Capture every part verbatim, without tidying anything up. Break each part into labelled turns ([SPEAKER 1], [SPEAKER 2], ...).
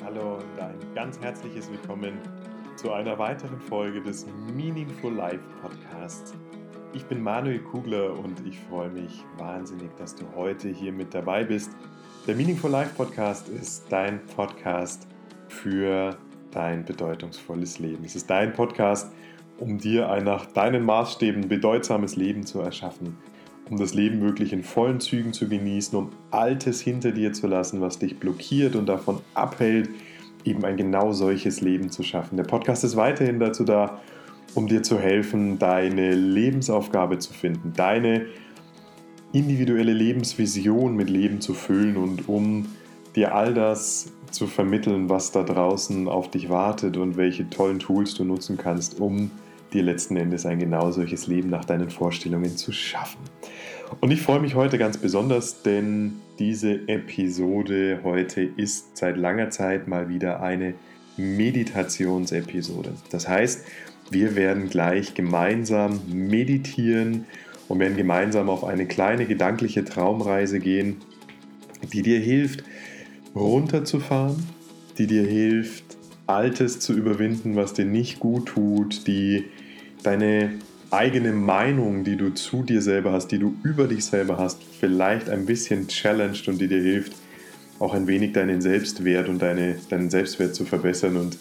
[SPEAKER 1] Hallo und ein ganz herzliches Willkommen zu einer weiteren Folge des Meaningful Life Podcasts. Ich bin Manuel Kugler und ich freue mich wahnsinnig, dass du heute hier mit dabei bist. Der Meaningful Life Podcast ist dein Podcast für dein bedeutungsvolles Leben. Es ist dein Podcast, um dir ein nach deinen Maßstäben bedeutsames Leben zu erschaffen, um das Leben wirklich in vollen Zügen zu genießen, um Altes hinter dir zu lassen, was dich blockiert und davon abhält, eben ein genau solches Leben zu schaffen. Der Podcast ist weiterhin dazu da, um dir zu helfen, deine Lebensaufgabe zu finden, deine individuelle Lebensvision mit Leben zu füllen und um dir all das zu vermitteln, was da draußen auf dich wartet und welche tollen Tools du nutzen kannst, um dir letzten Endes ein genau solches Leben nach deinen Vorstellungen zu schaffen. Und ich freue mich heute ganz besonders, denn diese Episode heute ist seit langer Zeit mal wieder eine Meditationsepisode. Das heißt, wir werden gleich gemeinsam meditieren und werden gemeinsam auf eine kleine gedankliche Traumreise gehen, die dir hilft, runterzufahren, die dir hilft, Altes zu überwinden, was dir nicht gut tut, die deine eigene Meinung, die du zu dir selber hast, die du über dich selber hast, vielleicht ein bisschen challenged und die dir hilft, auch ein wenig deinen Selbstwert und deine, deinen Selbstwert zu verbessern und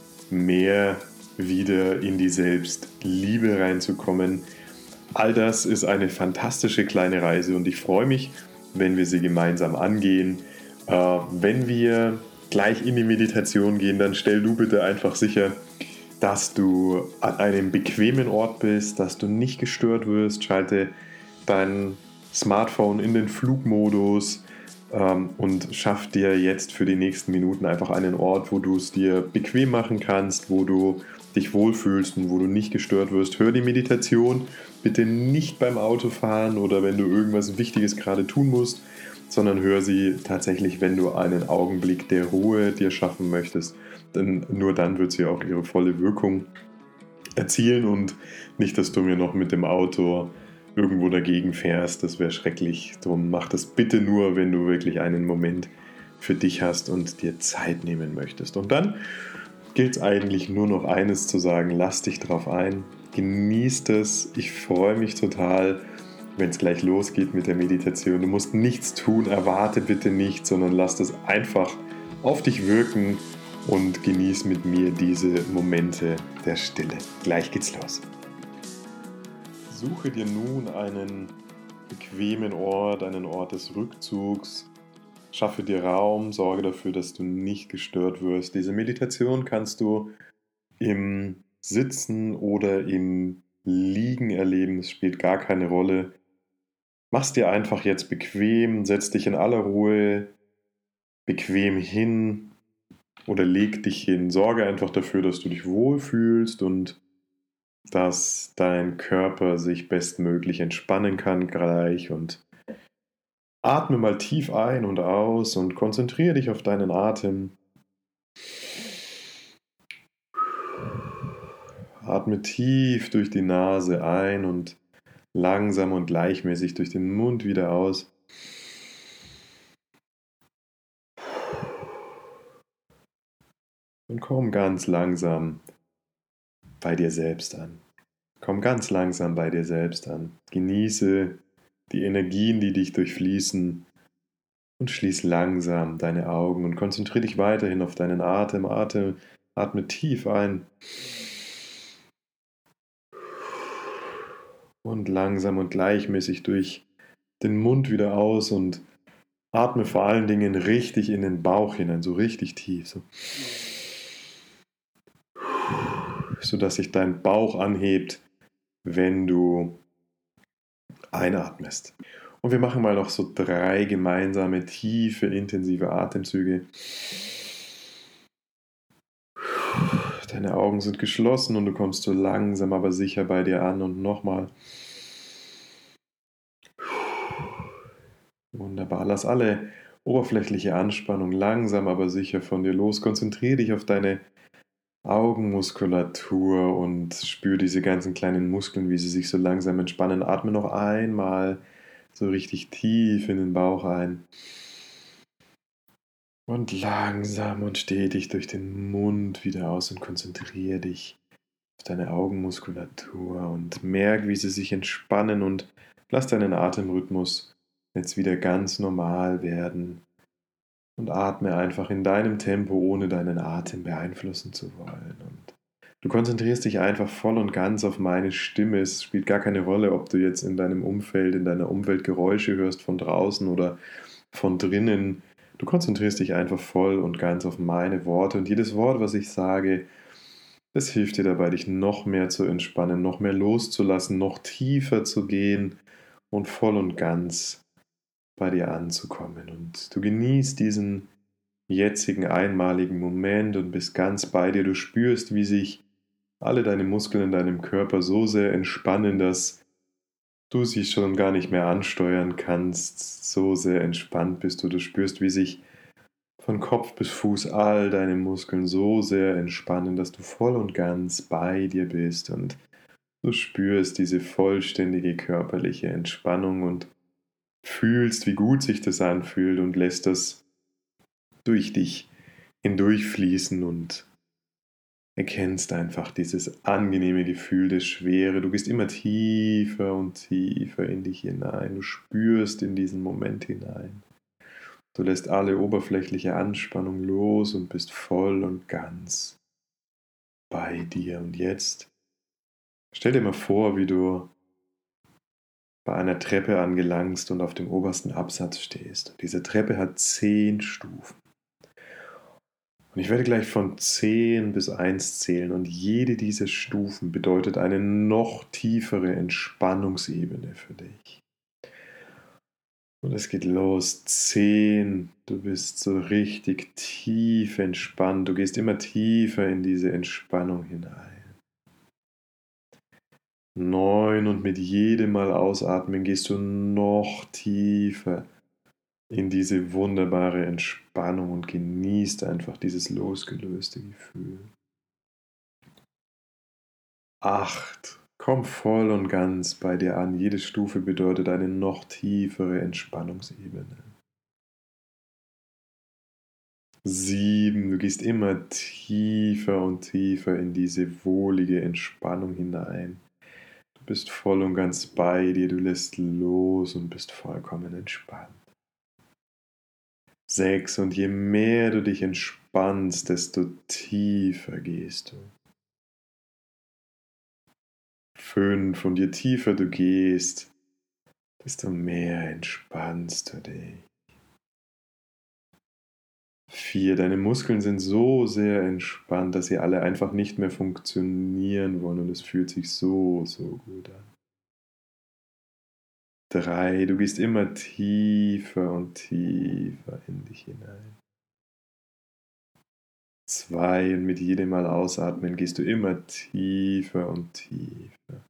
[SPEAKER 1] mehr wieder in die Selbstliebe reinzukommen. All das ist eine fantastische kleine Reise und ich freue mich, wenn wir sie gemeinsam angehen. Äh, wenn wir gleich in die Meditation gehen, dann stell du bitte einfach sicher, dass du an einem bequemen Ort bist, dass du nicht gestört wirst. Schalte dein Smartphone in den Flugmodus ähm, und schaff dir jetzt für die nächsten Minuten einfach einen Ort, wo du es dir bequem machen kannst, wo du dich wohlfühlst und wo du nicht gestört wirst. Hör die Meditation bitte nicht beim Autofahren oder wenn du irgendwas Wichtiges gerade tun musst, sondern hör sie tatsächlich, wenn du einen Augenblick der Ruhe dir schaffen möchtest. Denn nur dann wird sie auch ihre volle Wirkung erzielen und nicht, dass du mir noch mit dem Auto irgendwo dagegen fährst. Das wäre schrecklich. Darum mach das bitte nur, wenn du wirklich einen Moment für dich hast und dir Zeit nehmen möchtest. Und dann gilt es eigentlich nur noch eines zu sagen: Lass dich drauf ein, genieß das. Ich freue mich total, wenn es gleich losgeht mit der Meditation. Du musst nichts tun, erwarte bitte nichts, sondern lass das einfach auf dich wirken und genieß mit mir diese Momente der Stille. Gleich geht's los. Suche dir nun einen bequemen Ort, einen Ort des Rückzugs. Schaffe dir Raum, sorge dafür, dass du nicht gestört wirst. Diese Meditation kannst du im Sitzen oder im Liegen erleben. Es spielt gar keine Rolle. Mach's dir einfach jetzt bequem, setz dich in aller Ruhe bequem hin oder leg dich hin. Sorge einfach dafür, dass du dich wohlfühlst und dass dein Körper sich bestmöglich entspannen kann gleich. Und atme mal tief ein und aus und konzentriere dich auf deinen Atem. Atme tief durch die Nase ein und langsam und gleichmäßig durch den Mund wieder aus. Und komm ganz langsam bei dir selbst an. Komm ganz langsam bei dir selbst an. Genieße die Energien, die dich durchfließen und schließ langsam deine Augen und konzentriere dich weiterhin auf deinen Atem. Atme, atme tief ein und langsam und gleichmäßig durch den Mund wieder aus und atme vor allen Dingen richtig in den Bauch hinein, so richtig tief, so, sodass sich dein Bauch anhebt, wenn du einatmest. Und wir machen mal noch so drei gemeinsame, tiefe, intensive Atemzüge. Deine Augen sind geschlossen und du kommst so langsam, aber sicher bei dir an. Und nochmal. Wunderbar. Lass alle oberflächliche Anspannung langsam, aber sicher von dir los. Konzentriere dich auf deine Augenmuskulatur und spür diese ganzen kleinen Muskeln, wie sie sich so langsam entspannen. Atme noch einmal so richtig tief in den Bauch ein. Und langsam und stetig durch den Mund wieder aus und konzentriere dich auf deine Augenmuskulatur und merk, wie sie sich entspannen und lass deinen Atemrhythmus jetzt wieder ganz normal werden und atme einfach in deinem Tempo, ohne deinen Atem beeinflussen zu wollen. Und du konzentrierst dich einfach voll und ganz auf meine Stimme. Es spielt gar keine Rolle, ob du jetzt in deinem Umfeld, in deiner Umwelt Geräusche hörst von draußen oder von drinnen. Du konzentrierst dich einfach voll und ganz auf meine Worte und jedes Wort, was ich sage, das hilft dir dabei, dich noch mehr zu entspannen, noch mehr loszulassen, noch tiefer zu gehen und voll und ganz bei dir anzukommen. Und du genießt diesen jetzigen einmaligen Moment und bist ganz bei dir. Du spürst, wie sich alle deine Muskeln in deinem Körper so sehr entspannen, dass du sie schon gar nicht mehr ansteuern kannst. So sehr entspannt bist du. Du spürst, wie sich von Kopf bis Fuß all deine Muskeln so sehr entspannen, dass du voll und ganz bei dir bist und du spürst diese vollständige körperliche Entspannung und fühlst, wie gut sich das anfühlt und lässt das durch dich hindurchfließen und erkennst einfach dieses angenehme Gefühl der Schwere. Du gehst immer tiefer und tiefer in dich hinein. Du spürst in diesen Moment hinein. Du lässt alle oberflächliche Anspannung los und bist voll und ganz bei dir. Und jetzt stell dir mal vor, wie du bei einer Treppe angelangst und auf dem obersten Absatz stehst. Diese Treppe hat zehn Stufen. Und ich werde gleich von zehn bis eins zählen und jede dieser Stufen bedeutet eine noch tiefere Entspannungsebene für dich. Und es geht los. Zehn. Du bist so richtig tief entspannt. Du gehst immer tiefer in diese Entspannung hinein. Neun. Und mit jedem Mal ausatmen gehst du noch tiefer in diese wunderbare Entspannung und genießt einfach dieses losgelöste Gefühl. Acht. Komm voll und ganz bei dir an. Jede Stufe bedeutet eine noch tiefere Entspannungsebene. Sieben. Du gehst immer tiefer und tiefer in diese wohlige Entspannung hinein. Du bist voll und ganz bei dir. Du lässt los und bist vollkommen entspannt. Sechs. Und je mehr du dich entspannst, desto tiefer gehst du. Fünf. Und je tiefer du gehst, desto mehr entspannst du dich. Vier. Deine Muskeln sind so sehr entspannt, dass sie alle einfach nicht mehr funktionieren wollen und es fühlt sich so, so gut an. Drei. Du gehst immer tiefer und tiefer in dich hinein. Zwei. Und mit jedem Mal ausatmen gehst du immer tiefer und tiefer.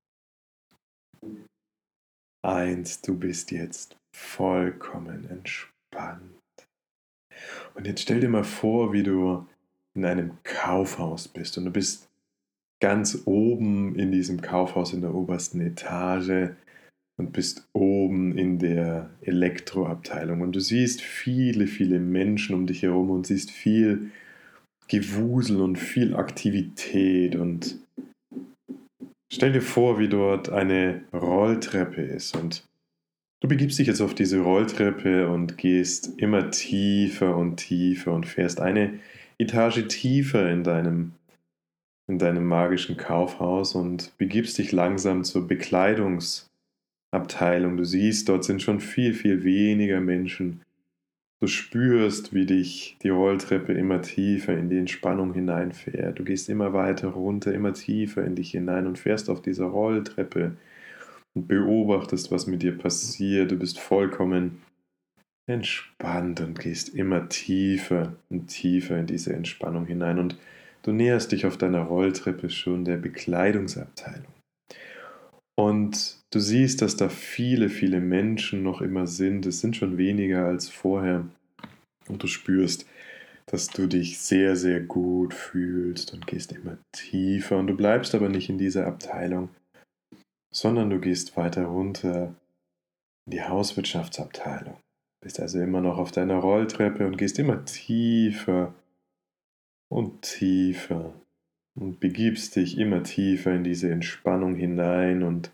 [SPEAKER 1] Eins. Du bist jetzt vollkommen entspannt. Und jetzt stell dir mal vor, wie du in einem Kaufhaus bist und du bist ganz oben in diesem Kaufhaus in der obersten Etage und bist oben in der Elektroabteilung und du siehst viele, viele Menschen um dich herum und siehst viel Gewusel und viel Aktivität und stell dir vor, wie dort eine Rolltreppe ist und du begibst dich jetzt auf diese Rolltreppe und gehst immer tiefer und tiefer und fährst eine Etage tiefer in deinem in deinem magischen Kaufhaus und begibst dich langsam zur Bekleidungsabteilung. Du siehst, dort sind schon viel, viel weniger Menschen. Du spürst, wie dich die Rolltreppe immer tiefer in die Entspannung hineinfährt. Du gehst immer weiter runter, immer tiefer in dich hinein und fährst auf dieser Rolltreppe und beobachtest, was mit dir passiert. Du bist vollkommen entspannt und gehst immer tiefer und tiefer in diese Entspannung hinein und du näherst dich auf deiner Rolltreppe schon der Bekleidungsabteilung. Und du siehst, dass da viele, viele Menschen noch immer sind. Es sind schon weniger als vorher. Und du spürst, dass du dich sehr, sehr gut fühlst und gehst immer tiefer. Und du bleibst aber nicht in dieser Abteilung, sondern du gehst weiter runter in die Hauswirtschaftsabteilung. Bist also immer noch auf deiner Rolltreppe und gehst immer tiefer und tiefer und begibst dich immer tiefer in diese Entspannung hinein und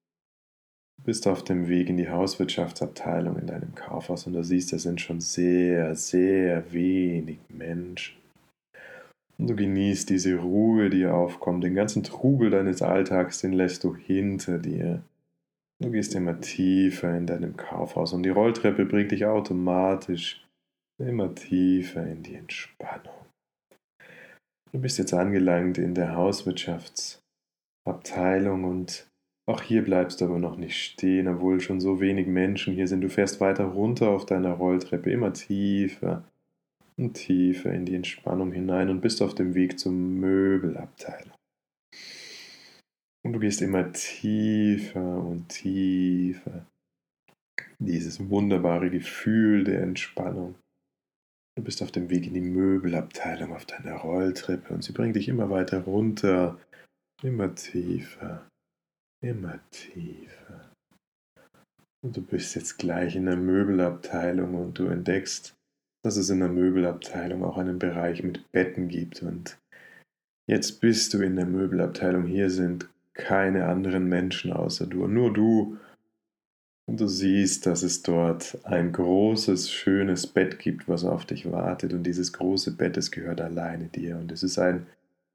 [SPEAKER 1] bist auf dem Weg in die Hauswirtschaftsabteilung in deinem Kaufhaus und du siehst, da sind schon sehr, sehr wenig Menschen. Und du genießt diese Ruhe, die aufkommt, den ganzen Trubel deines Alltags, den lässt du hinter dir. Du gehst immer tiefer in deinem Kaufhaus und die Rolltreppe bringt dich automatisch immer tiefer in die Entspannung. Du bist jetzt angelangt in der Hauswirtschaftsabteilung und auch hier bleibst du aber noch nicht stehen, obwohl schon so wenig Menschen hier sind. Du fährst weiter runter auf deiner Rolltreppe, immer tiefer und tiefer in die Entspannung hinein und bist auf dem Weg zur Möbelabteilung. Und du gehst immer tiefer und tiefer. Dieses wunderbare Gefühl der Entspannung. Du bist auf dem Weg in die Möbelabteilung auf deiner Rolltreppe und sie bringt dich immer weiter runter, immer tiefer, immer tiefer. Und du bist jetzt gleich in der Möbelabteilung und du entdeckst, dass es in der Möbelabteilung auch einen Bereich mit Betten gibt. Und jetzt bist du in der Möbelabteilung. Hier sind keine anderen Menschen außer du, nur du. Und du siehst, dass es dort ein großes, schönes Bett gibt, was auf dich wartet. Und dieses große Bett, es gehört alleine dir. Und es ist ein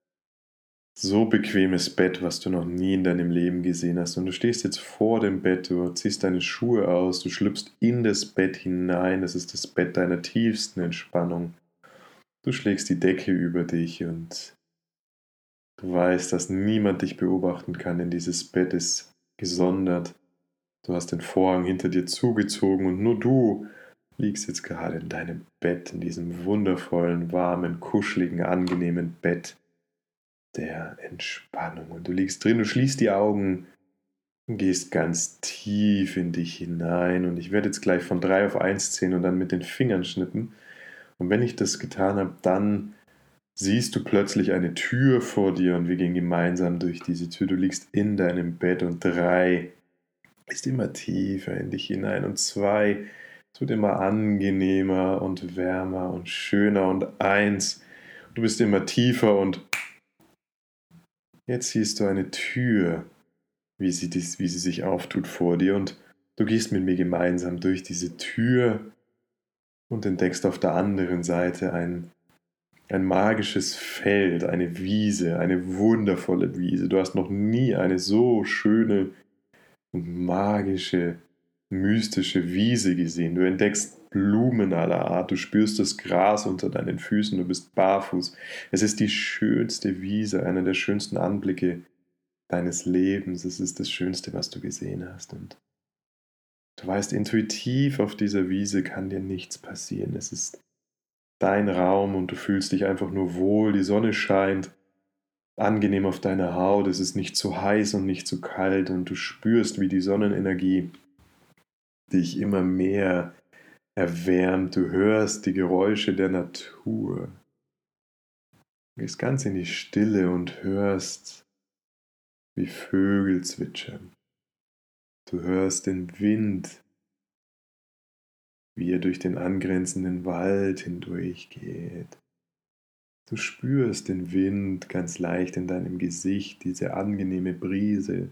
[SPEAKER 1] so bequemes Bett, was du noch nie in deinem Leben gesehen hast. Und du stehst jetzt vor dem Bett, du ziehst deine Schuhe aus, du schlüpfst in das Bett hinein. Das ist das Bett deiner tiefsten Entspannung. Du schlägst die Decke über dich und du weißt, dass niemand dich beobachten kann, denn dieses Bett ist gesondert. Du hast den Vorhang hinter dir zugezogen und nur du liegst jetzt gerade in deinem Bett, in diesem wundervollen, warmen, kuscheligen, angenehmen Bett der Entspannung. Und du liegst drin, du schließt die Augen und gehst ganz tief in dich hinein. Und ich werde jetzt gleich von drei auf eins zählen und dann mit den Fingern schnippen. Und wenn ich das getan habe, dann siehst du plötzlich eine Tür vor dir und wir gehen gemeinsam durch diese Tür. Du liegst in deinem Bett und drei ist immer tiefer in dich hinein und zwei, es wird immer angenehmer und wärmer und schöner und eins, du bist immer tiefer und jetzt siehst du eine Tür, wie sie, dies, wie sie sich auftut vor dir und du gehst mit mir gemeinsam durch diese Tür und entdeckst auf der anderen Seite ein, ein magisches Feld, eine Wiese, eine wundervolle Wiese. Du hast noch nie eine so schöne und magische, mystische Wiese gesehen. Du entdeckst Blumen aller Art, du spürst das Gras unter deinen Füßen, du bist barfuß. Es ist die schönste Wiese, einer der schönsten Anblicke deines Lebens. Es ist das Schönste, was du gesehen hast. Und du weißt, intuitiv auf dieser Wiese kann dir nichts passieren. Es ist dein Raum und du fühlst dich einfach nur wohl. Die Sonne scheint angenehm auf deine Haut. Es ist nicht zu heiß und nicht zu kalt und du spürst, wie die Sonnenenergie dich immer mehr erwärmt. Du hörst die Geräusche der Natur. Du gehst ganz in die Stille und hörst, wie Vögel zwitschern. Du hörst den Wind, wie er durch den angrenzenden Wald hindurchgeht. Du spürst den Wind ganz leicht in deinem Gesicht, diese angenehme Brise.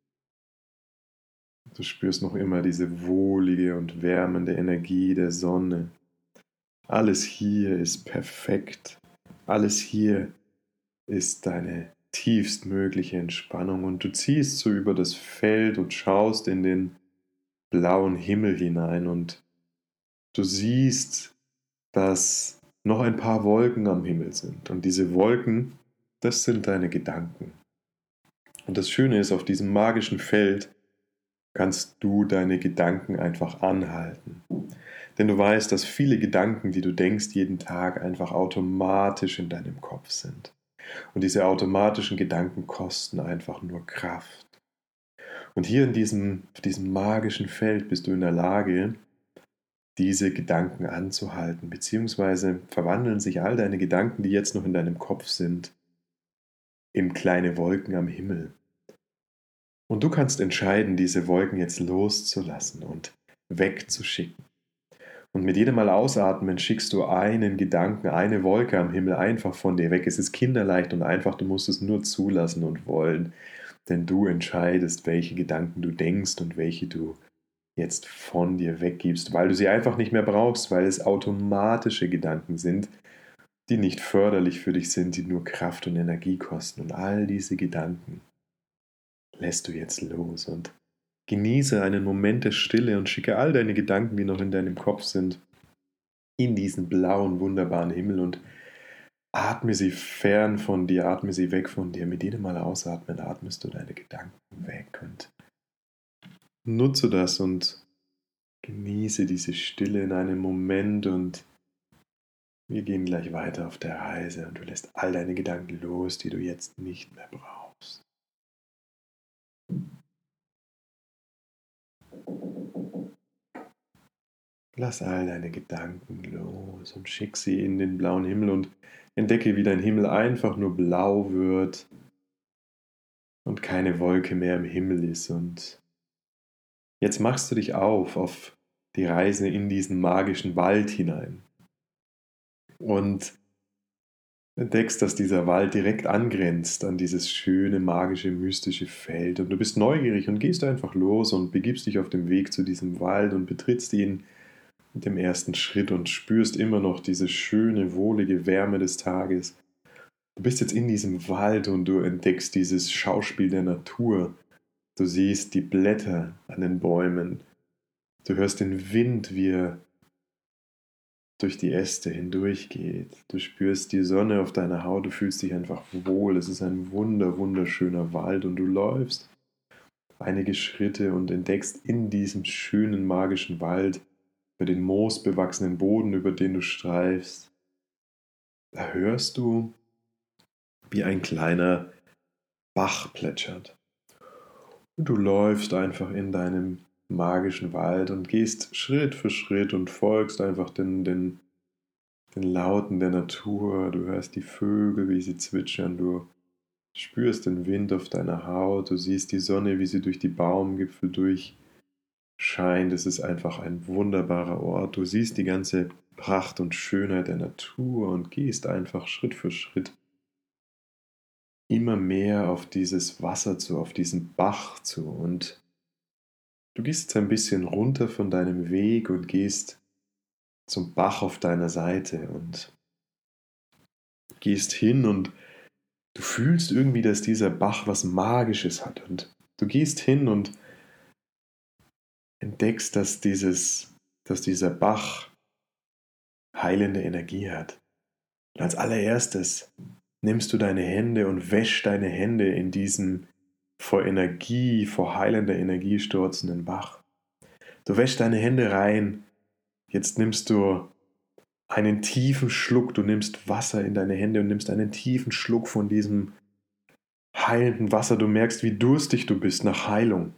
[SPEAKER 1] Du spürst noch immer diese wohlige und wärmende Energie der Sonne. Alles hier ist perfekt. Alles hier ist deine tiefstmögliche Entspannung und du ziehst so über das Feld und schaust in den blauen Himmel hinein und du siehst, dass noch ein paar Wolken am Himmel sind und diese Wolken, das sind deine Gedanken. Und das Schöne ist, auf diesem magischen Feld kannst du deine Gedanken einfach anhalten. Denn du weißt, dass viele Gedanken, die du denkst, jeden Tag einfach automatisch in deinem Kopf sind. Und diese automatischen Gedanken kosten einfach nur Kraft. Und hier in diesem, auf diesem magischen Feld bist du in der Lage, diese Gedanken anzuhalten, beziehungsweise verwandeln sich all deine Gedanken, die jetzt noch in deinem Kopf sind, in kleine Wolken am Himmel. Und du kannst entscheiden, diese Wolken jetzt loszulassen und wegzuschicken. Und mit jedem Mal ausatmen schickst du einen Gedanken, eine Wolke am Himmel einfach von dir weg. Es ist kinderleicht und einfach, du musst es nur zulassen und wollen. Denn du entscheidest, welche Gedanken du denkst und welche du jetzt von dir weggibst, weil du sie einfach nicht mehr brauchst, weil es automatische Gedanken sind, die nicht förderlich für dich sind, die nur Kraft und Energie kosten. Und all diese Gedanken lässt du jetzt los und genieße einen Moment der Stille und schicke all deine Gedanken, die noch in deinem Kopf sind, in diesen blauen, wunderbaren Himmel und atme sie fern von dir, atme sie weg von dir. Mit jedem Mal ausatmen atmest du deine Gedanken weg und nutze das und genieße diese Stille in einem Moment und wir gehen gleich weiter auf der Reise und du lässt all deine Gedanken los, die du jetzt nicht mehr brauchst. Lass all deine Gedanken los und schick sie in den blauen Himmel und entdecke, wie dein Himmel einfach nur blau wird und keine Wolke mehr im Himmel ist. Und jetzt machst du dich auf auf die Reise in diesen magischen Wald hinein und entdeckst, dass dieser Wald direkt angrenzt an dieses schöne, magische, mystische Feld. Und du bist neugierig und gehst einfach los und begibst dich auf den Weg zu diesem Wald und betrittst ihn mit dem ersten Schritt und spürst immer noch diese schöne, wohlige Wärme des Tages. Du bist jetzt in diesem Wald und du entdeckst dieses Schauspiel der Natur. Du siehst die Blätter an den Bäumen. Du hörst den Wind, wie er durch die Äste hindurchgeht. Du spürst die Sonne auf deiner Haut, du fühlst dich einfach wohl. Es ist ein wunder, wunderschöner Wald und du läufst einige Schritte und entdeckst in diesem schönen, magischen Wald, über den moosbewachsenen Boden, über den du streifst, da hörst du, wie ein kleiner Bach plätschert. Und du läufst einfach in deinem magischen Wald und gehst Schritt für Schritt und folgst einfach den, den, den Lauten der Natur. Du hörst die Vögel, wie sie zwitschern, du spürst den Wind auf deiner Haut, du siehst die Sonne, wie sie durch die Baumgipfel durchscheint. Es ist einfach ein wunderbarer Ort. Du siehst die ganze Pracht und Schönheit der Natur und gehst einfach Schritt für Schritt immer mehr auf dieses Wasser zu, auf diesen Bach zu. Und du gehst jetzt ein bisschen runter von deinem Weg und gehst zum Bach auf deiner Seite und gehst hin und du fühlst irgendwie, dass dieser Bach was Magisches hat. Und du gehst hin und entdeckst, dass, dieses, dass dieser Bach heilende Energie hat. Und als allererstes nimmst du deine Hände und wäschst deine Hände in diesem vor Energie, vor heilender Energie stürzenden Bach. Du wäschst deine Hände rein. Jetzt nimmst du einen tiefen Schluck. Du nimmst Wasser in deine Hände und nimmst einen tiefen Schluck von diesem heilenden Wasser. Du merkst, wie durstig du bist nach Heilung.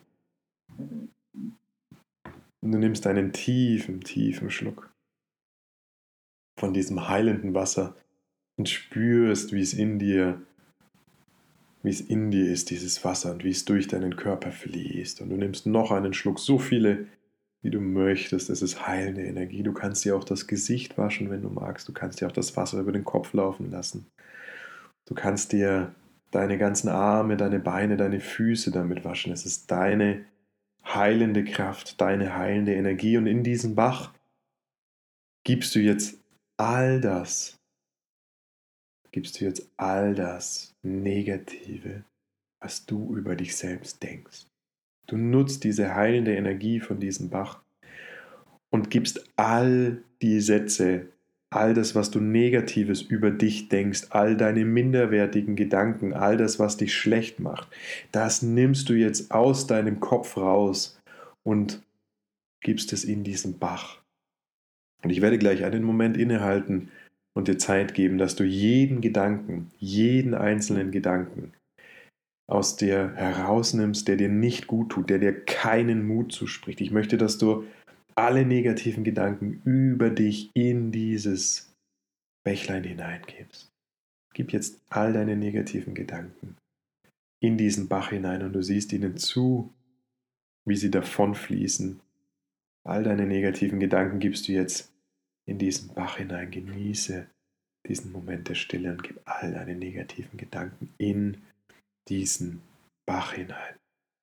[SPEAKER 1] Und du nimmst einen tiefen, tiefen Schluck von diesem heilenden Wasser und spürst, wie es in dir, wie es in dir ist, dieses Wasser, und wie es durch deinen Körper fließt. Und du nimmst noch einen Schluck, so viele, wie du möchtest. Es ist heilende Energie. Du kannst dir auch das Gesicht waschen, wenn du magst. Du kannst dir auch das Wasser über den Kopf laufen lassen. Du kannst dir deine ganzen Arme, deine Beine, deine Füße damit waschen. Es ist deine heilende Kraft, deine heilende Energie. Und in diesen Bach gibst du jetzt all das, gibst du jetzt all das Negative, was du über dich selbst denkst. Du nutzt diese heilende Energie von diesem Bach und gibst all die Sätze, all das, was du Negatives über dich denkst, all deine minderwertigen Gedanken, all das, was dich schlecht macht, das nimmst du jetzt aus deinem Kopf raus und gibst es in diesen Bach. Und ich werde gleich einen Moment innehalten und dir Zeit geben, dass du jeden Gedanken, jeden einzelnen Gedanken aus dir herausnimmst, der dir nicht gut tut, der dir keinen Mut zuspricht. Ich möchte, dass du alle negativen Gedanken über dich in dieses Bächlein hineingibst. Gib jetzt all deine negativen Gedanken in diesen Bach hinein und du siehst ihnen zu, wie sie davonfließen All deine negativen Gedanken gibst du jetzt in diesen Bach hinein. Genieße diesen Moment der Stille und gib all deine negativen Gedanken in diesen Bach hinein.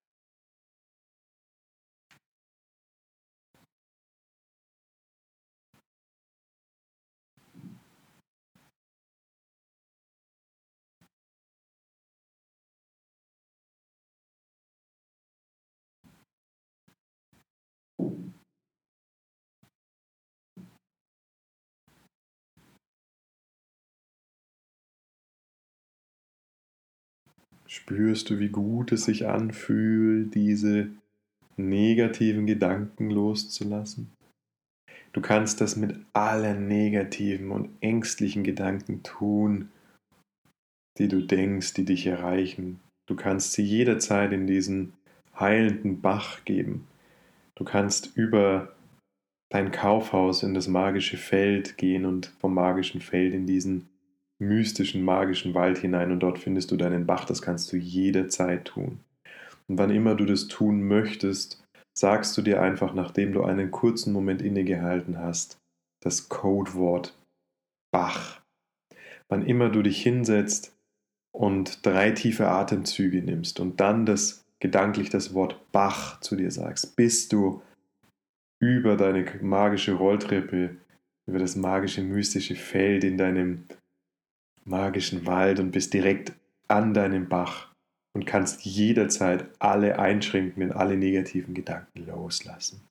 [SPEAKER 1] Spürst du, wie gut es sich anfühlt, diese negativen Gedanken loszulassen? Du kannst das mit allen negativen und ängstlichen Gedanken tun, die du denkst, die dich erreichen. Du kannst sie jederzeit in diesen heilenden Bach geben. Du kannst über dein Kaufhaus in das magische Feld gehen und vom magischen Feld in diesen mystischen, magischen Wald hinein und dort findest du deinen Bach. Das kannst du jederzeit tun. Und wann immer du das tun möchtest, sagst du dir einfach, nachdem du einen kurzen Moment innegehalten hast, das Codewort Bach. Wann immer du dich hinsetzt und drei tiefe Atemzüge nimmst und dann das gedanklich das Wort Bach zu dir sagst, bist du über deine magische Rolltreppe, über das magische, mystische Feld in deinem magischen Wald und bist direkt an deinem Bach und kannst jederzeit alle Einschränkungen, alle negativen Gedanken loslassen.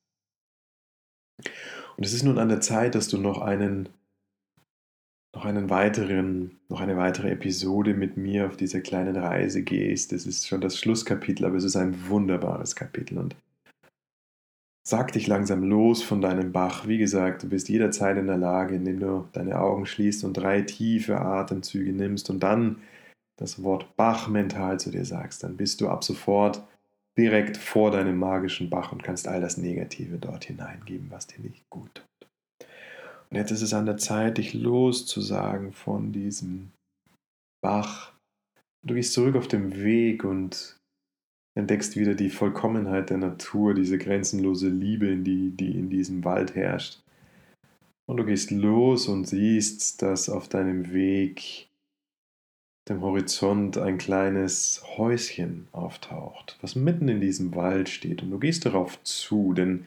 [SPEAKER 1] Und es ist nun an der Zeit, dass du noch einen, noch einen weiteren, noch eine weitere Episode mit mir auf dieser kleinen Reise gehst. Das ist schon das Schlusskapitel, aber es ist ein wunderbares Kapitel und sag dich langsam los von deinem Bach. Wie gesagt, du bist jederzeit in der Lage, indem du deine Augen schließt und drei tiefe Atemzüge nimmst und dann das Wort Bach mental zu dir sagst. Dann bist du ab sofort direkt vor deinem magischen Bach und kannst all das Negative dort hineingeben, was dir nicht gut tut. Und jetzt ist es an der Zeit, dich loszusagen von diesem Bach. Du gehst zurück auf den Weg und entdeckst wieder die Vollkommenheit der Natur, diese grenzenlose Liebe, die, die in diesem Wald herrscht. Und du gehst los und siehst, dass auf deinem Weg dem Horizont ein kleines Häuschen auftaucht, was mitten in diesem Wald steht. Und du gehst darauf zu, denn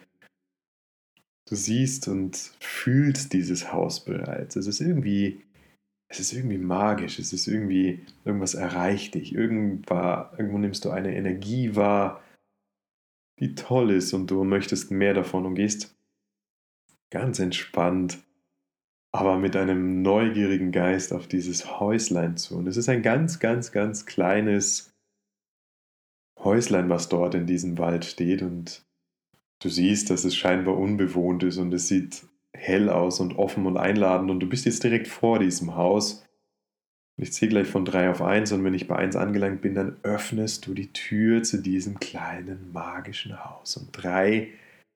[SPEAKER 1] du siehst und fühlst dieses Haus bereits. Es ist irgendwie, es ist irgendwie magisch, es ist irgendwie, irgendwas erreicht dich. Irgendwo, irgendwo nimmst du eine Energie wahr, die toll ist und du möchtest mehr davon und gehst ganz entspannt, aber mit einem neugierigen Geist auf dieses Häuslein zu. Und es ist ein ganz, ganz, ganz kleines Häuslein, was dort in diesem Wald steht und du siehst, dass es scheinbar unbewohnt ist und es sieht hell aus und offen und einladend und du bist jetzt direkt vor diesem Haus. Ich zähle gleich von drei auf eins und wenn ich bei eins angelangt bin, dann öffnest du die Tür zu diesem kleinen magischen Haus. Und drei,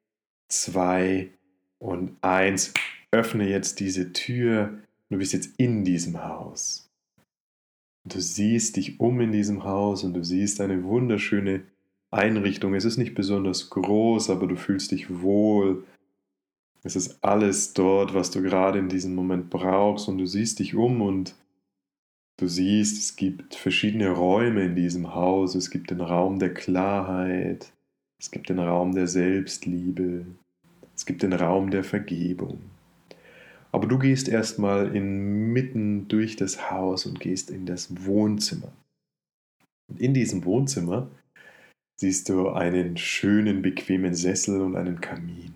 [SPEAKER 1] zwei und eins. Öffne jetzt diese Tür. Du bist jetzt in diesem Haus. Und du siehst dich um in diesem Haus und du siehst eine wunderschöne Einrichtung. Es ist nicht besonders groß, aber du fühlst dich wohl. Es ist alles dort, was du gerade in diesem Moment brauchst und du siehst dich um und du siehst, es gibt verschiedene Räume in diesem Haus. Es gibt den Raum der Klarheit, es gibt den Raum der Selbstliebe, es gibt den Raum der Vergebung. Aber du gehst erstmal inmitten durch das Haus und gehst in das Wohnzimmer. Und in diesem Wohnzimmer siehst du einen schönen, bequemen Sessel und einen Kamin.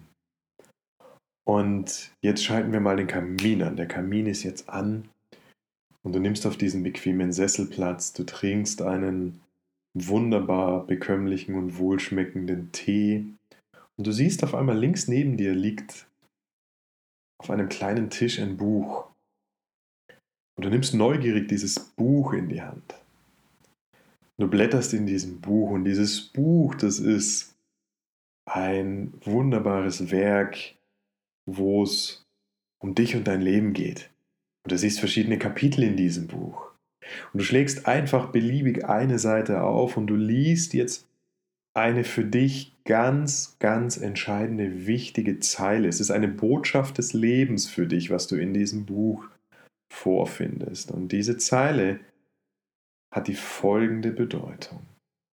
[SPEAKER 1] Und jetzt schalten wir mal den Kamin an. Der Kamin ist jetzt an und du nimmst auf diesen bequemen Sessel Platz. Du trinkst einen wunderbar bekömmlichen und wohlschmeckenden Tee. Und du siehst auf einmal links neben dir liegt auf einem kleinen Tisch ein Buch. Und du nimmst neugierig dieses Buch in die Hand. Du blätterst in diesem Buch und dieses Buch, das ist ein wunderbares Werk, wo es um dich und dein Leben geht. Und du siehst verschiedene Kapitel in diesem Buch. Und du schlägst einfach beliebig eine Seite auf und du liest jetzt eine für dich ganz, ganz entscheidende, wichtige Zeile. Es ist eine Botschaft des Lebens für dich, was du in diesem Buch vorfindest. Und diese Zeile hat die folgende Bedeutung.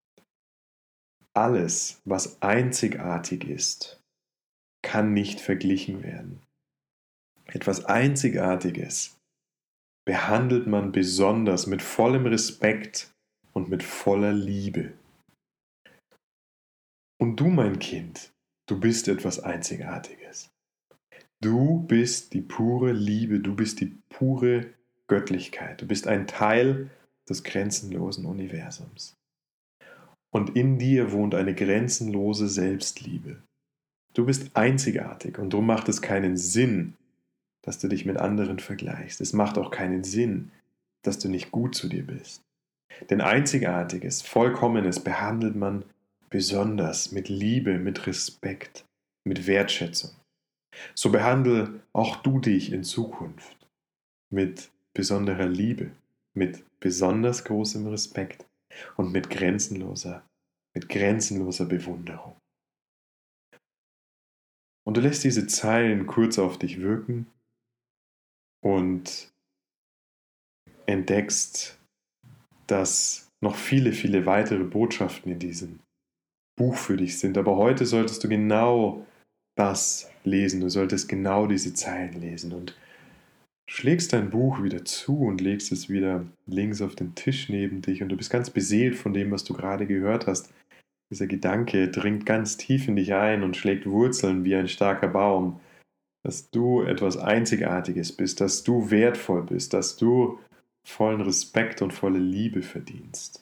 [SPEAKER 1] Alles, was einzigartig ist, kann nicht verglichen werden. Etwas Einzigartiges behandelt man besonders mit vollem Respekt und mit voller Liebe. Und du, mein Kind, du bist etwas Einzigartiges. Du bist die pure Liebe, du bist die pure Göttlichkeit. Du bist ein Teil des grenzenlosen Universums. Und in dir wohnt eine grenzenlose Selbstliebe. Du bist einzigartig und darum macht es keinen Sinn, dass du dich mit anderen vergleichst. Es macht auch keinen Sinn, dass du nicht gut zu dir bist. Denn Einzigartiges, Vollkommenes behandelt man besonders mit Liebe, mit Respekt, mit Wertschätzung. So behandle auch du dich in Zukunft mit besonderer Liebe, mit besonders großem Respekt und mit grenzenloser, mit grenzenloser Bewunderung. Und du lässt diese Zeilen kurz auf dich wirken und entdeckst, dass noch viele, viele weitere Botschaften in diesem Buch für dich sind. Aber heute solltest du genau das lesen. Du solltest genau diese Zeilen lesen. Und du schlägst dein Buch wieder zu und legst es wieder links auf den Tisch neben dich. Und du bist ganz beseelt von dem, was du gerade gehört hast. Dieser Gedanke dringt ganz tief in dich ein und schlägt Wurzeln wie ein starker Baum. Dass du etwas Einzigartiges bist, dass du wertvoll bist, dass du vollen Respekt und volle Liebe verdienst.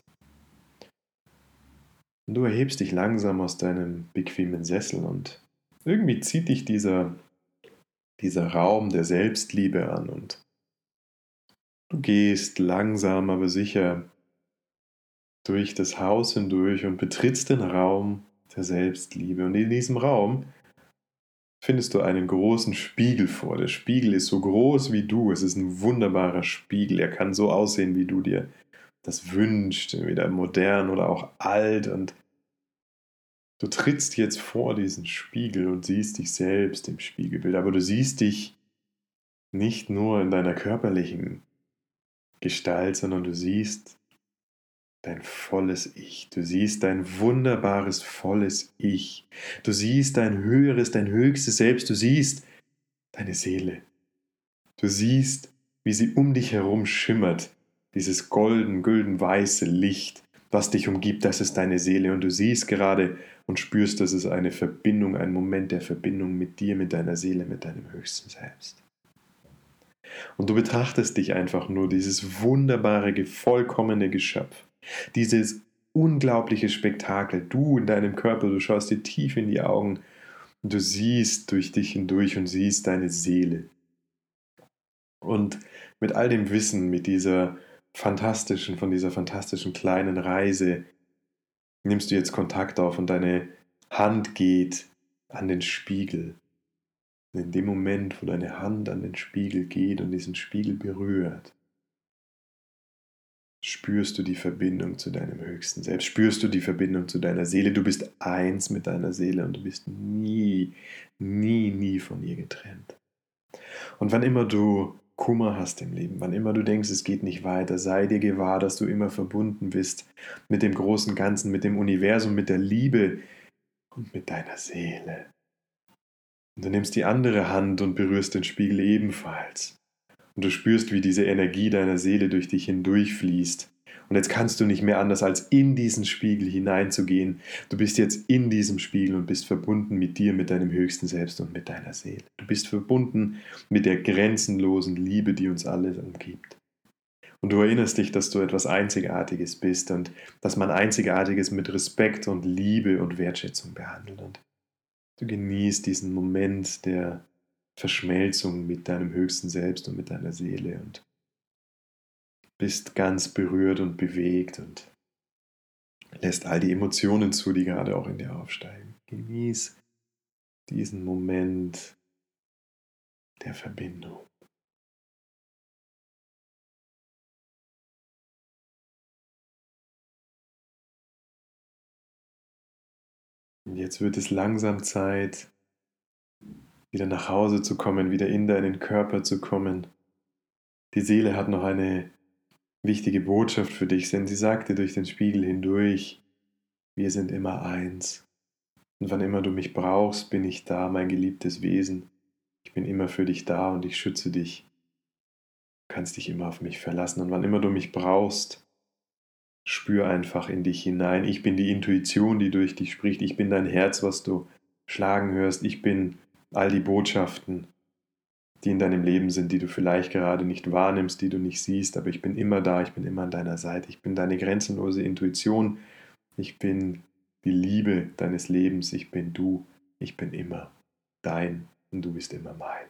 [SPEAKER 1] Und du erhebst dich langsam aus deinem bequemen Sessel und irgendwie zieht dich dieser, dieser Raum der Selbstliebe an und du gehst langsam, aber sicher durch das Haus hindurch und betrittst den Raum der Selbstliebe. Und in diesem Raum findest du einen großen Spiegel vor. Der Spiegel ist so groß wie du. Es ist ein wunderbarer Spiegel. Er kann so aussehen, wie du dir das wünschst, entweder modern oder auch alt. Und du trittst jetzt vor diesen Spiegel und siehst dich selbst im Spiegelbild. Aber du siehst dich nicht nur in deiner körperlichen Gestalt, sondern du siehst dein volles Ich. Du siehst dein wunderbares, volles Ich. Du siehst dein höheres, dein höchstes Selbst. Du siehst deine Seele. Du siehst, wie sie um dich herum schimmert. Dieses golden, gülden-weiße Licht, was dich umgibt, das ist deine Seele. Und du siehst gerade und spürst, dass es eine Verbindung, ein Moment der Verbindung mit dir, mit deiner Seele, mit deinem höchsten Selbst. Und du betrachtest dich einfach nur, dieses wunderbare, vollkommene Geschöpf, dieses unglaubliche Spektakel, du in deinem Körper, du schaust dir tief in die Augen und du siehst durch dich hindurch und siehst deine Seele. Und mit all dem Wissen, mit dieser fantastischen, von dieser fantastischen kleinen Reise, nimmst du jetzt Kontakt auf und deine Hand geht an den Spiegel. Und in dem Moment, wo deine Hand an den Spiegel geht und diesen Spiegel berührt, spürst du die Verbindung zu deinem höchsten Selbst, spürst du die Verbindung zu deiner Seele. Du bist eins mit deiner Seele und du bist nie, nie, nie von ihr getrennt. Und wann immer du Kummer hast im Leben, wann immer du denkst, es geht nicht weiter, sei dir gewahr, dass du immer verbunden bist mit dem großen Ganzen, mit dem Universum, mit der Liebe und mit deiner Seele. Und du nimmst die andere Hand und berührst den Spiegel ebenfalls. Und du spürst, wie diese Energie deiner Seele durch dich hindurchfließt. Und jetzt kannst du nicht mehr anders, als in diesen Spiegel hineinzugehen. Du bist jetzt in diesem Spiegel und bist verbunden mit dir, mit deinem höchsten Selbst und mit deiner Seele. Du bist verbunden mit der grenzenlosen Liebe, die uns alle umgibt. Und du erinnerst dich, dass du etwas Einzigartiges bist und dass man Einzigartiges mit Respekt und Liebe und Wertschätzung behandelt. Und du genießt diesen Moment der Verschmelzung mit deinem höchsten Selbst und mit deiner Seele und bist ganz berührt und bewegt und lässt all die Emotionen zu, die gerade auch in dir aufsteigen. Genieß diesen Moment der Verbindung. Und jetzt wird es langsam Zeit, wieder nach Hause zu kommen, wieder in deinen Körper zu kommen. Die Seele hat noch eine wichtige Botschaft für dich, denn sie sagte durch den Spiegel hindurch: Wir sind immer eins. Und wann immer du mich brauchst, bin ich da, mein geliebtes Wesen. Ich bin immer für dich da und ich schütze dich. Du kannst dich immer auf mich verlassen. Und wann immer du mich brauchst, spür einfach in dich hinein. Ich bin die Intuition, die durch dich spricht. Ich bin dein Herz, was du schlagen hörst. Ich bin all die Botschaften, die in deinem Leben sind, die du vielleicht gerade nicht wahrnimmst, die du nicht siehst. Aber ich bin immer da, ich bin immer an deiner Seite. Ich bin deine grenzenlose Intuition. Ich bin die Liebe deines Lebens. Ich bin du. Ich bin immer dein und du bist immer mein.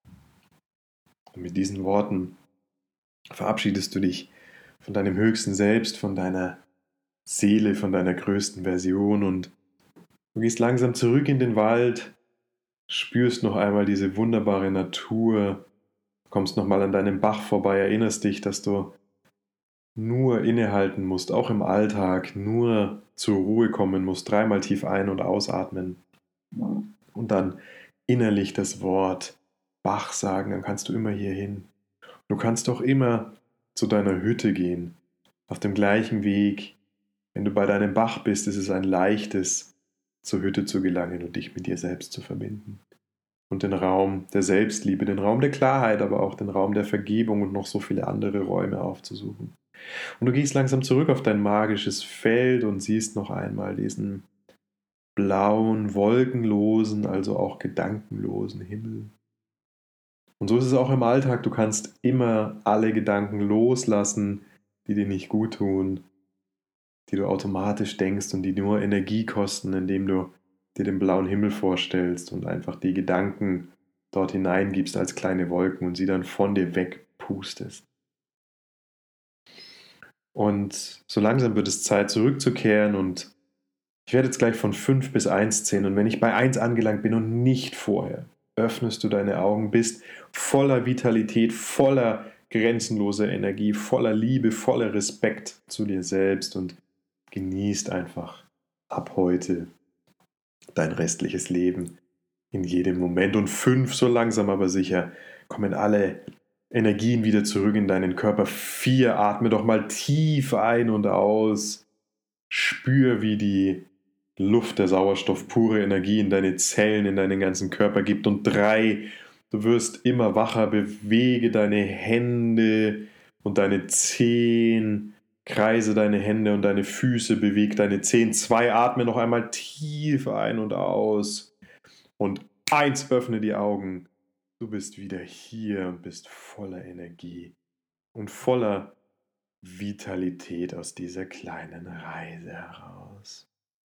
[SPEAKER 1] Und mit diesen Worten verabschiedest du dich von deinem höchsten Selbst, von deiner Seele, von deiner größten Version und du gehst langsam zurück in den Wald, spürst noch einmal diese wunderbare Natur, kommst nochmal an deinem Bach vorbei, erinnerst dich, dass du nur innehalten musst, auch im Alltag, nur zur Ruhe kommen musst, dreimal tief ein- und ausatmen und dann innerlich das Wort Bach sagen, dann kannst du immer hier hin. Du kannst auch immer zu deiner Hütte gehen, auf dem gleichen Weg. Wenn du bei deinem Bach bist, ist es ein leichtes, zur Hütte zu gelangen und dich mit dir selbst zu verbinden. Und den Raum der Selbstliebe, den Raum der Klarheit, aber auch den Raum der Vergebung und noch so viele andere Räume aufzusuchen. Und du gehst langsam zurück auf dein magisches Feld und siehst noch einmal diesen blauen, wolkenlosen, also auch gedankenlosen Himmel. Und so ist es auch im Alltag. Du kannst immer alle Gedanken loslassen, die dir nicht gut tun, die du automatisch denkst und die nur Energie kosten, indem du dir den blauen Himmel vorstellst und einfach die Gedanken dort hineingibst als kleine Wolken und sie dann von dir wegpustest. Und so langsam wird es Zeit, zurückzukehren und ich werde jetzt gleich von fünf bis eins zählen und wenn ich bei eins angelangt bin und nicht vorher, öffnest du deine Augen, bist voller Vitalität, voller grenzenloser Energie, voller Liebe, voller Respekt zu dir selbst und genießt einfach ab heute dein restliches Leben in jedem Moment. Und fünf, so langsam aber sicher, kommen alle Energien wieder zurück in deinen Körper. Vier, atme doch mal tief ein und aus. Spür, wie die Luft, der Sauerstoff, pure Energie in deine Zellen, in deinen ganzen Körper gibt. Und drei, du wirst immer wacher, bewege deine Hände und deine Zehen, kreise deine Hände und deine Füße, bewege deine Zehen. Zwei, atme noch einmal tief ein und aus. Und eins, öffne die Augen. Du bist wieder hier und bist voller Energie und voller Vitalität aus dieser kleinen Reise heraus.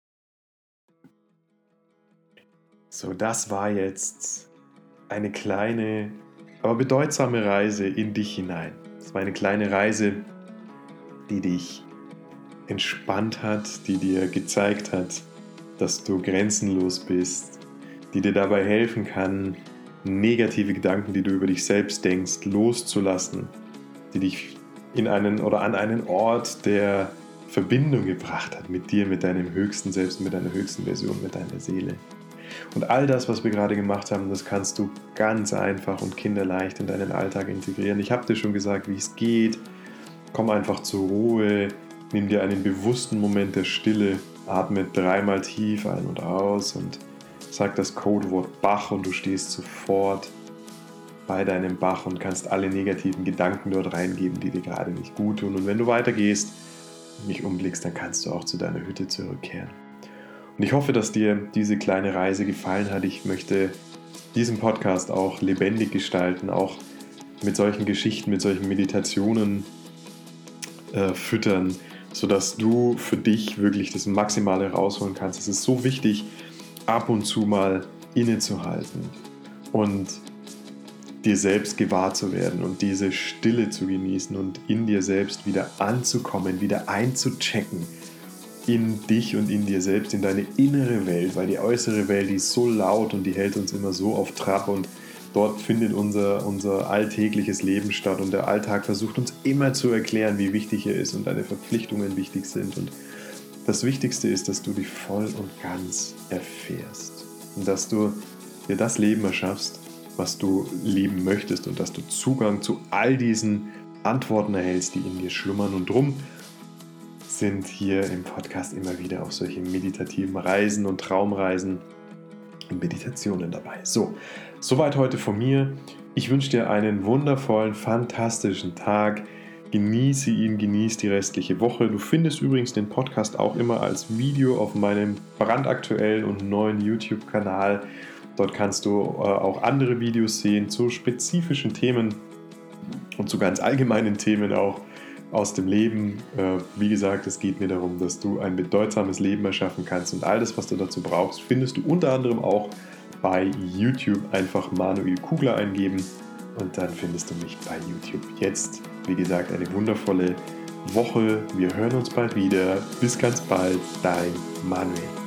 [SPEAKER 1] So, das war jetzt eine kleine, aber bedeutsame Reise in dich hinein. Es war eine kleine Reise, die dich entspannt hat, die dir gezeigt hat, dass du grenzenlos bist, die dir dabei helfen kann, negative Gedanken, die du über dich selbst denkst, loszulassen, die dich in einen oder an einen Ort der Verbindung gebracht hat mit dir, mit deinem höchsten Selbst, mit deiner höchsten Version, mit deiner Seele. Und all das, was wir gerade gemacht haben, das kannst du ganz einfach und kinderleicht in deinen Alltag integrieren. Ich habe dir schon gesagt, wie es geht. Komm einfach zur Ruhe, nimm dir einen bewussten Moment der Stille, atme dreimal tief ein und aus und sag das Codewort Bach und du stehst sofort bei deinem Bach und kannst alle negativen Gedanken dort reingeben, die dir gerade nicht gut tun. Und wenn du weitergehst und mich umblickst, dann kannst du auch zu deiner Hütte zurückkehren. Und ich hoffe, dass dir diese kleine Reise gefallen hat. Ich möchte diesen Podcast auch lebendig gestalten, auch mit solchen Geschichten, mit solchen Meditationen äh, füttern, sodass du für dich wirklich das Maximale rausholen kannst. Es ist so wichtig, ab und zu mal innezuhalten und dir selbst gewahr zu werden und diese Stille zu genießen und in dir selbst wieder anzukommen, wieder einzuchecken in dich und in dir selbst, in deine innere Welt, weil die äußere Welt, die ist so laut und die hält uns immer so auf Trab und dort findet unser, unser alltägliches Leben statt und der Alltag versucht uns immer zu erklären, wie wichtig er ist und deine Verpflichtungen wichtig sind und das Wichtigste ist, dass du dich voll und ganz erfährst und dass du dir das Leben erschaffst, was du leben möchtest und dass du Zugang zu all diesen Antworten erhältst, die in dir schlummern. Und drum sind hier im Podcast immer wieder auch solche meditativen Reisen und Traumreisen und Meditationen dabei. So, soweit heute von mir. Ich wünsche dir einen wundervollen, fantastischen Tag. Genieße ihn, genieße die restliche Woche. Du findest übrigens den Podcast auch immer als Video auf meinem brandaktuellen und neuen YouTube-Kanal. Dort kannst du äh, auch andere Videos sehen zu spezifischen Themen und zu ganz allgemeinen Themen auch aus dem Leben. Äh, wie gesagt, es geht mir darum, dass du ein bedeutsames Leben erschaffen kannst und all das, was du dazu brauchst, findest du unter anderem auch bei YouTube. Einfach Manuel Kugler eingeben und dann findest du mich bei YouTube. Jetzt, wie gesagt, eine wundervolle Woche. Wir hören uns bald wieder. Bis ganz bald, dein Manuel.